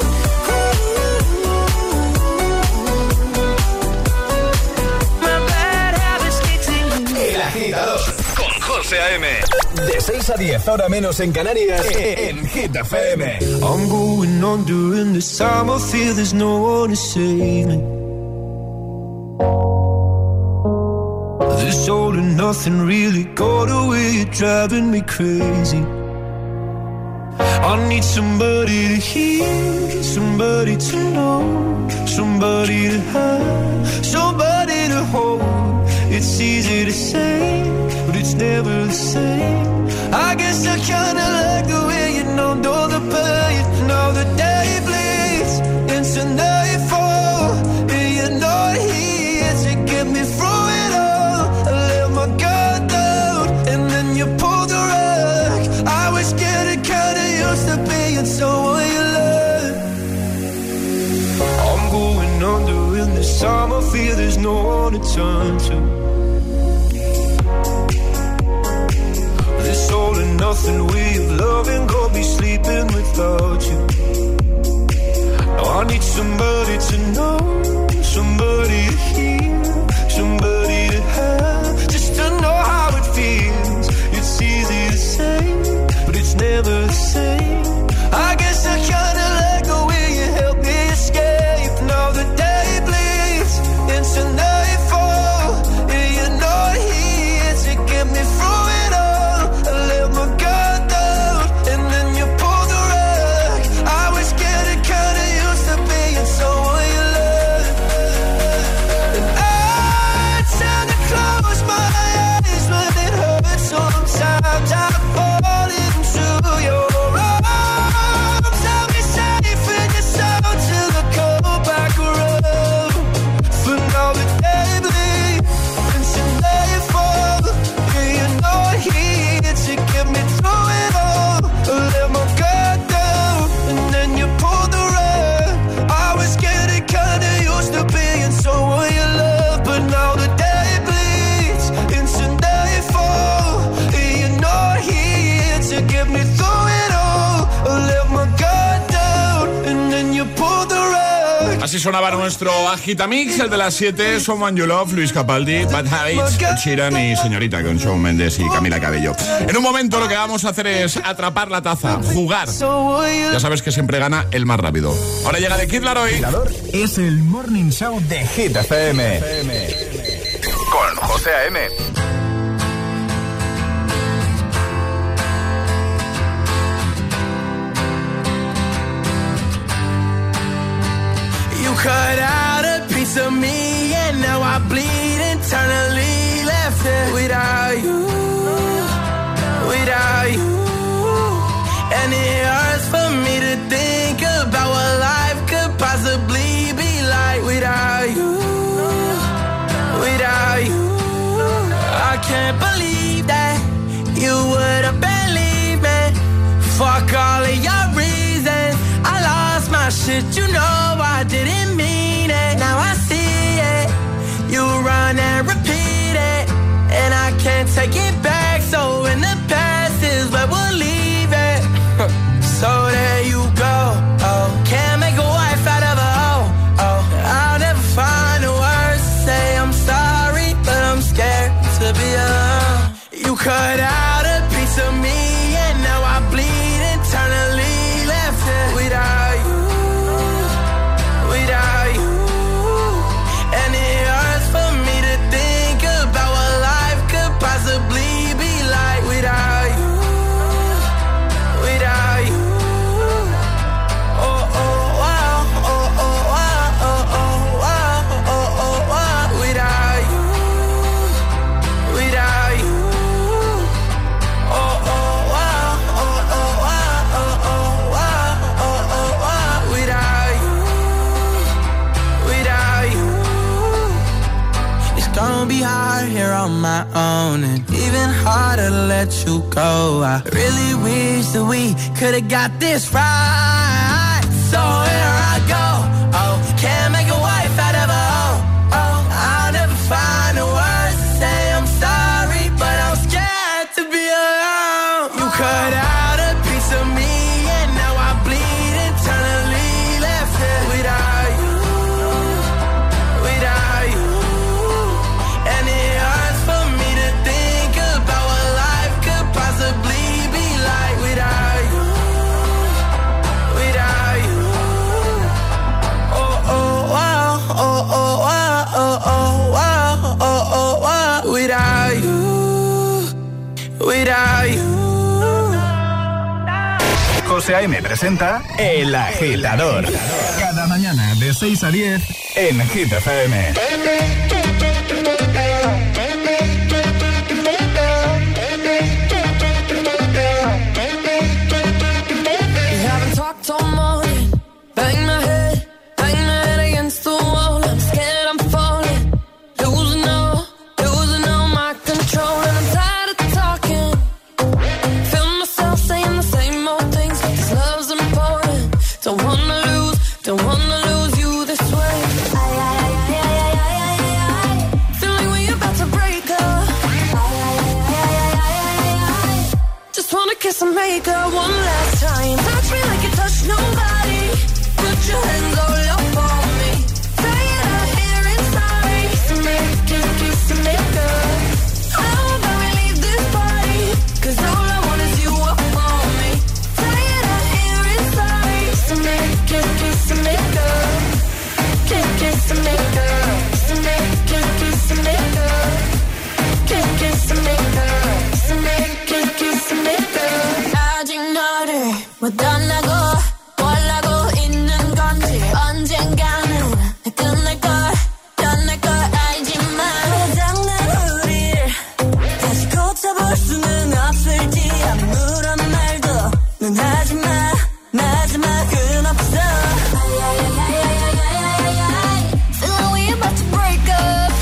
My bad habits lead to you.
El Agitador con José A M. De seis a diez, hora menos en Canarias, en Hit F M.
I'm going on during this time. I feel there's no one to save me. This all and nothing really got away. You're driving me crazy. I need somebody to hear, somebody to know, somebody to have, somebody to hold. It's easy to say, but it's never the same. I guess I kinda like the way you know, know the pain. Now the day bleeds into nightfall, and you're not here to get me through it all. I let my guard down, and then you pulled the rug. I was getting kinda used to being someone you love. I'm going under in this time. I feel there's no one to turn to. This all and nothing way of loving got me sleeping without you. Now I need somebody to know, somebody to hear, somebody to have, just to know how it feels. It's easy to say, but it's never the same. I guess I kinda like the way you help me escape. Now the day bleeds into nightfall, and you're not here to get me through it all. I let my guard down.
Así sonaba nuestro Agitamix, el de las siete. Someone You Love, Luis Capaldi, Bad Habits, Ed Sheeran y Señorita con Shawn Mendes y Camila Cabello. En un momento lo que vamos a hacer es atrapar la taza, jugar. Ya sabes que siempre gana el más rápido. Ahora llega The Kid Laroi.
Es el Morning Show de Hit F M. Con José A M.
Cut out a piece of me and now I bleed internally. Left it without you, without you. And it hurts for me to think about what life could possibly be like without you, without you. I can't believe that you would have believed me. Fuck all of your reasons. I lost my shit, you know I didn't mean it. Now I see it. You run and repeat it, and I can't take it back. So in the past is where we'll leave it. So there you go. Oh, can't make a wife out of a hoe. Oh, I'll never find the words to say I'm sorry, but I'm scared to be alone. You cut out a piece of me, and now I bleed internally. Left it without you, without you. And it hurts for me to think about what life could possibly be like without you, without you. Oh, oh, wow, oh, oh, wow, oh, oh, wow, oh, oh, wow. Without you, without you. Oh, oh, wow, oh, oh, wow, oh, oh, wow, oh, oh, wow. Without you, without you. It's gonna be hard here on my own, and even harder to let you go. I really wish that we could've got this right. So here I go. Oh, can't make a wife out of a hoe. Oh, I'll never find the words to say I'm sorry, but I'm scared to be alone. You cut out a piece of me, and now I bleed internally. Left it without you, without you. And it hurts for me to think about what life could possibly be like without you, without you. Oh, oh, wow, oh, oh, wow, oh, oh, wow, oh, oh, wow. Without you, without you.
José A M presenta El Agitador. Cada mañana de seis a diez en Hit F M.
We haven't talked all morning. Bang my head, bang my head against the wall. I'm scared I'm falling, losing all, losing all my control. And I'm tired of talking. Feel myself saying the same old things. This love's important. Don't wanna lose, don't wanna lose you this way. I, I, I, I, I, I, I, I. Feel like we're about to break up. I, I, I, I, I, I, I. Just wanna kiss and make up one last time. Touch me like you touch nobody. Put your hands all up on me. Say it out here inside. Kiss and make, kiss, kiss and make up. How about we leave this party? Cause all I want is you up on me. Say it out here inside. Kiss and make, kiss, kiss and make up. Kiss, kiss and make up. Kiss and make, kiss, kiss and make up. Kiss, kiss and make up. Kiss and make, kiss, kiss and make up. 아직 너를 못 떠나고 원하고 있는 건지 언젠가는 끝날 걸 떠날 걸 알지만 고장난 우릴 다시 고쳐볼 수는 없을지 아무런 말도 넌 하지마 마지막은 없어. Feel like we about to break up.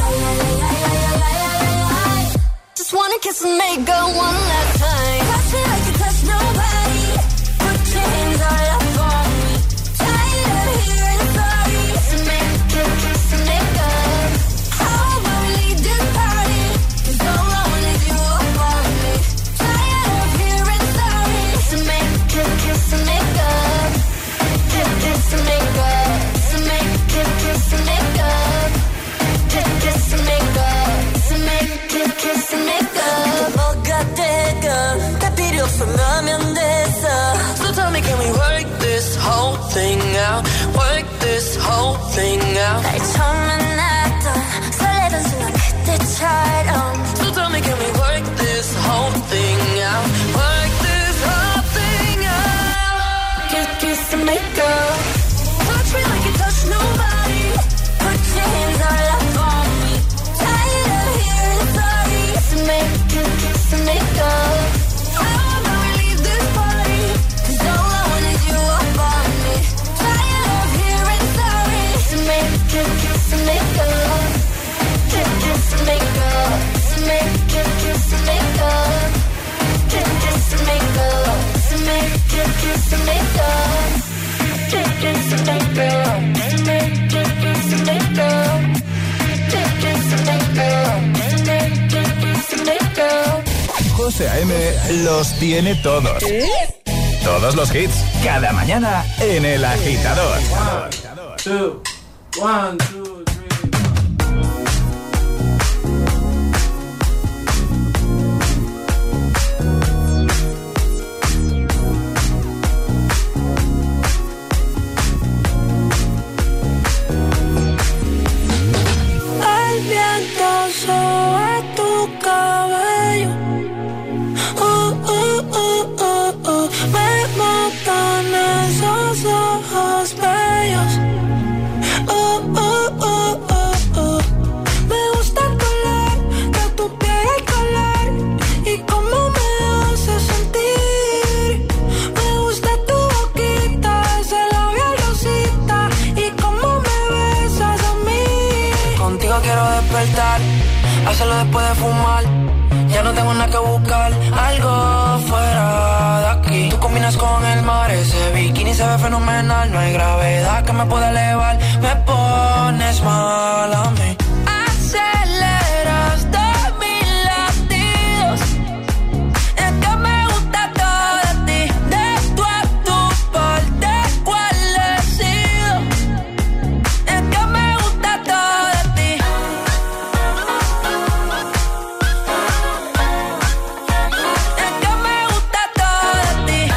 Just wanna kiss and make up one last time. Touch me like you touch nobody. Put your hands all up on me. Tired of hearing sorry. Kiss and make, kiss, kiss and make up. How about we leave this party? Cause all I want is you up on me. Tired of hearing sorry. Kiss and make, kiss, kiss and make up. Kiss, kiss and make up. Kiss and make, sola mi andesa. So tell me, can we work this whole thing out? Work this whole thing out.
날 처음 만났던 설레던 순간 그때처럼.
So tell me, can we work this whole thing out? Work this whole thing out.
Kiss, kiss and make up. Touch me like you touch nobody. Put your hands all up on me. Tired of hearing sorry. Kiss and make, kiss, kiss and make up. I wanna leave this party, 'cause all I want is you up on me. Tired of hearing sorry. Kiss and make, kiss, kiss and make up. Kiss, kiss and make up. Kiss and make, kiss, kiss and make up. Kiss, kiss and make up. Kiss and make, kiss, kiss and make up. Kiss, kiss and make up. Kiss, make, kiss, kiss and make up. Kiss, kiss and make up. Kiss, make, kiss, kiss and make up.
José A M los tiene todos. Todos los hits, cada mañana en El Agitador.
One, two, one, two.
Sobre tu cabello, uh, uh, uh, uh, uh. Me matan esos ojos bellos, uh, uh, uh, uh, uh. Me gusta el color de tu piel, el color y cómo me hace sentir. Me gusta tu boquita, ese labial rosita y cómo me besas a mí.
Contigo quiero despertar, hacerlo después de fumar. Ya no tengo nada que buscar, algo fuera de aquí. Tú combinas con el mar, ese bikini se ve fenomenal. No hay gravedad que me pueda elevar. Me pones mal a mí.
Aceleras todos mis latidos. Es que me gusta todo de ti. De tu a tu parte, ¿cuál he sido? Es que me gusta todo de ti. Es que me gusta todo de ti.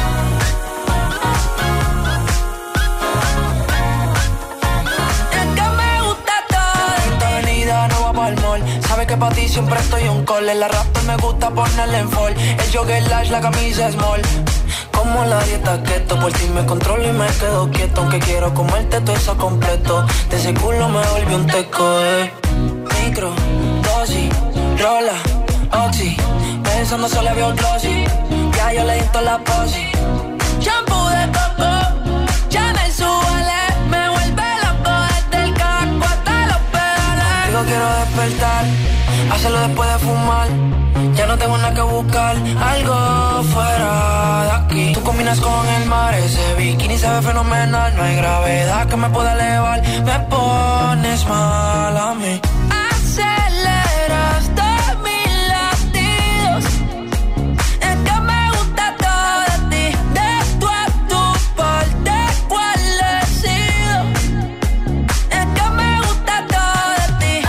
Es que me gusta todo de ti.
Esta avenida no va pa'l mall. Sabes que pa' ti siempre estoy un call. El rapper me gusta ponerle en fall. El jogger large, la camisa small. Como la dieta keto, por ti me controlo y me quedo quieto. Aunque quiero comerte todo eso completo. De ese culo me volví un teco, eh. Micro, dosis, rola, oxi. Pensando solo había un glossy. Ya yo le di toda la posi.
Shampoo de coco, Chanel Suele, me vuelve loco desde el casco hasta los pedales.
Contigo quiero despertar, hacerlo después de fumar. Ya no tengo nada que buscar, algo fuera de aquí. Tú combinas con el mar, ese bikini se ve fenomenal. No hay gravedad que me pueda elevar. Me pones mal a mí.
Aceleras todos mis latidos. Es que me gusta todo de ti. De tu a tu parte, ¿cuál he sido? Es que me gusta todo de ti.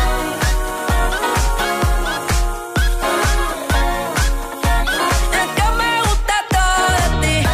Es que me gusta todo de ti.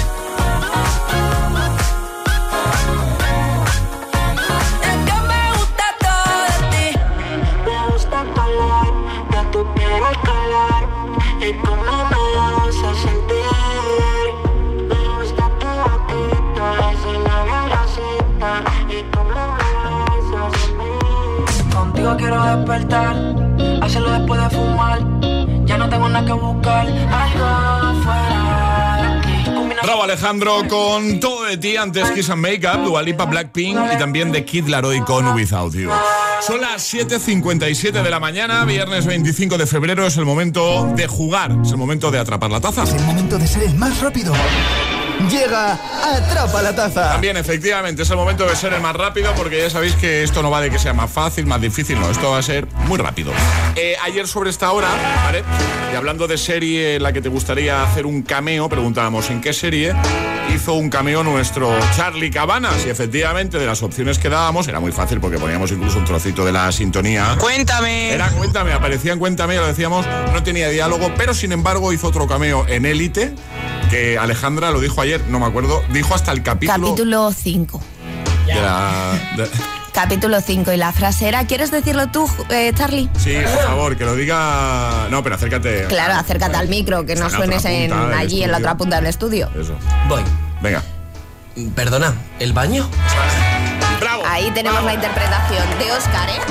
Es que me gusta todo de ti. Me gusta el color de tu piel, el color y cómo me hace sentir. Me gusta tu boquita, ese labio rosita y cómo me hace sentir.
Contigo quiero despertar, hacerlo después de fumar. Ya no tengo nada que buscar, algo fuera de aquí. Combina-
Bravo Alejandro con Todo de ti, antes Kiss and Make Up, Dua Lipa, Blackpink y también de Kid Laroi con Without You. Son las siete cincuenta y siete de la mañana, viernes veinticinco de febrero, es el momento de jugar, es el momento de atrapar la taza.
Es el momento de ser el más rápido.
Llega Atrapa la Taza.
También, efectivamente, es el momento de ser el más rápido, porque ya sabéis que esto no va de que sea más fácil, más difícil, no, esto va a ser muy rápido. Eh, ayer sobre esta hora, ¿vale? Y hablando de serie en la que te gustaría hacer un cameo, preguntábamos en qué serie hizo un cameo nuestro Charlie Cabanas, y efectivamente de las opciones que dábamos era muy fácil porque poníamos incluso un trocito de la sintonía.
Cuéntame.
Era Cuéntame, aparecía en Cuéntame, lo decíamos, no tenía diálogo, pero sin embargo hizo otro cameo en Élite, que Alejandra lo dijo ayer, no me acuerdo, dijo hasta el capítulo...
Capítulo cinco.
De la... de...
Capítulo cinco, y la frase era, ¿quieres decirlo tú, eh, Charlie?
Sí, por favor, que lo diga... No, pero acércate.
Claro, acércate al micro, que no suenes en, allí en la otra punta del estudio.
Eso.
Voy.
Venga.
Perdona, ¿el baño?
¡Bravo!
Ahí tenemos la interpretación de Óscar, ¿eh?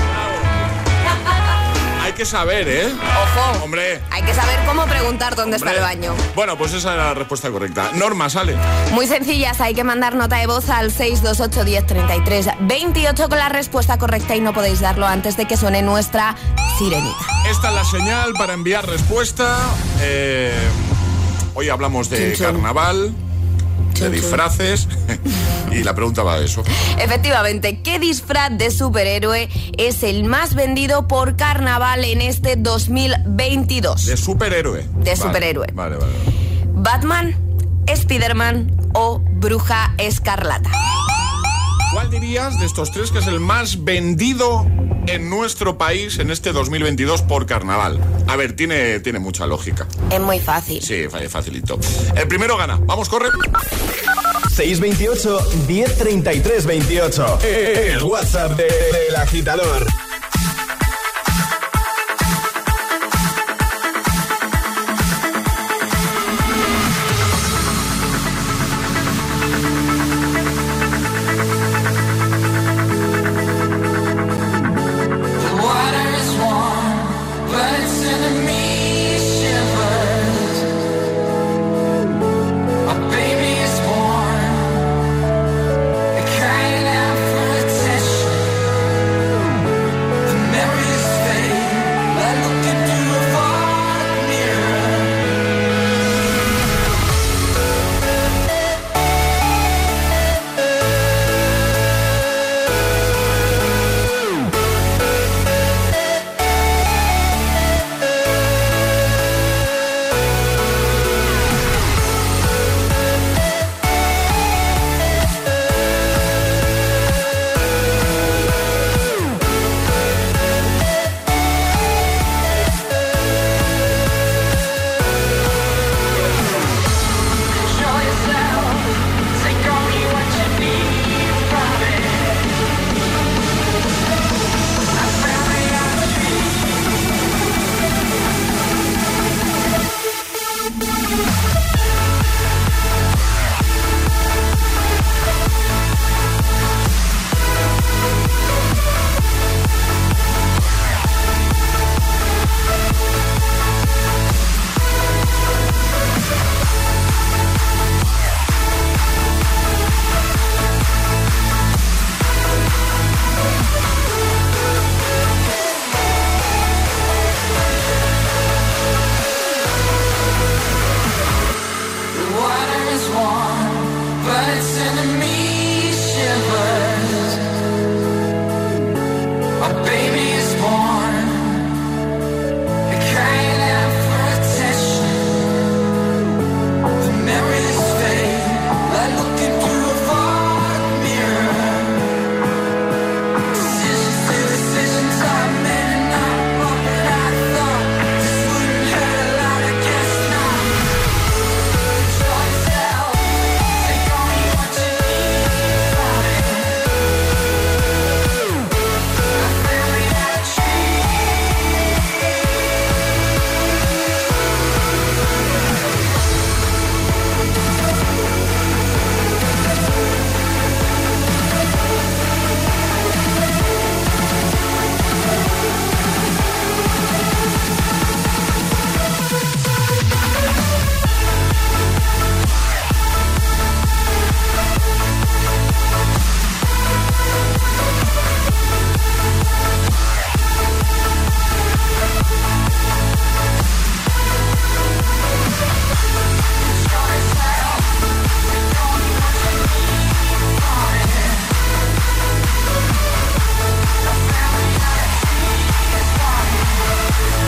Hay que saber, ¿eh?
Ojo.
Hombre.
Hay que saber cómo preguntar dónde
Hombre.
está el baño.
Bueno, pues esa era la respuesta correcta. Norma, sale.
Muy sencillas, hay que mandar nota de voz al seis dos ocho, diez, treinta y tres, veintiocho con la respuesta correcta, y no podéis darlo antes de que suene nuestra sirenita.
Esta es la señal para enviar respuesta. Eh, hoy hablamos de
Chun, chun.
carnaval, de disfraces, y la pregunta va de eso.
Efectivamente, ¿qué disfraz de superhéroe es el más vendido por carnaval en este dos mil veintidós?
De superhéroe.
De
Vale,
superhéroe.
Vale, vale.
¿Batman, Spiderman o Bruja Escarlata?
¿Cuál dirías de estos tres que es el más vendido en nuestro país en este dos mil veintidós por carnaval? A ver, tiene, tiene mucha lógica.
Es muy fácil.
Sí, facilito. El primero gana. Vamos, corre.
seis veintiocho, diez treinta y tres veintiocho. El WhatsApp de, de El Agitador.
Crying out for attention.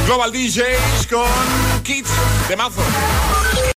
Global D Js con Kids de mazo.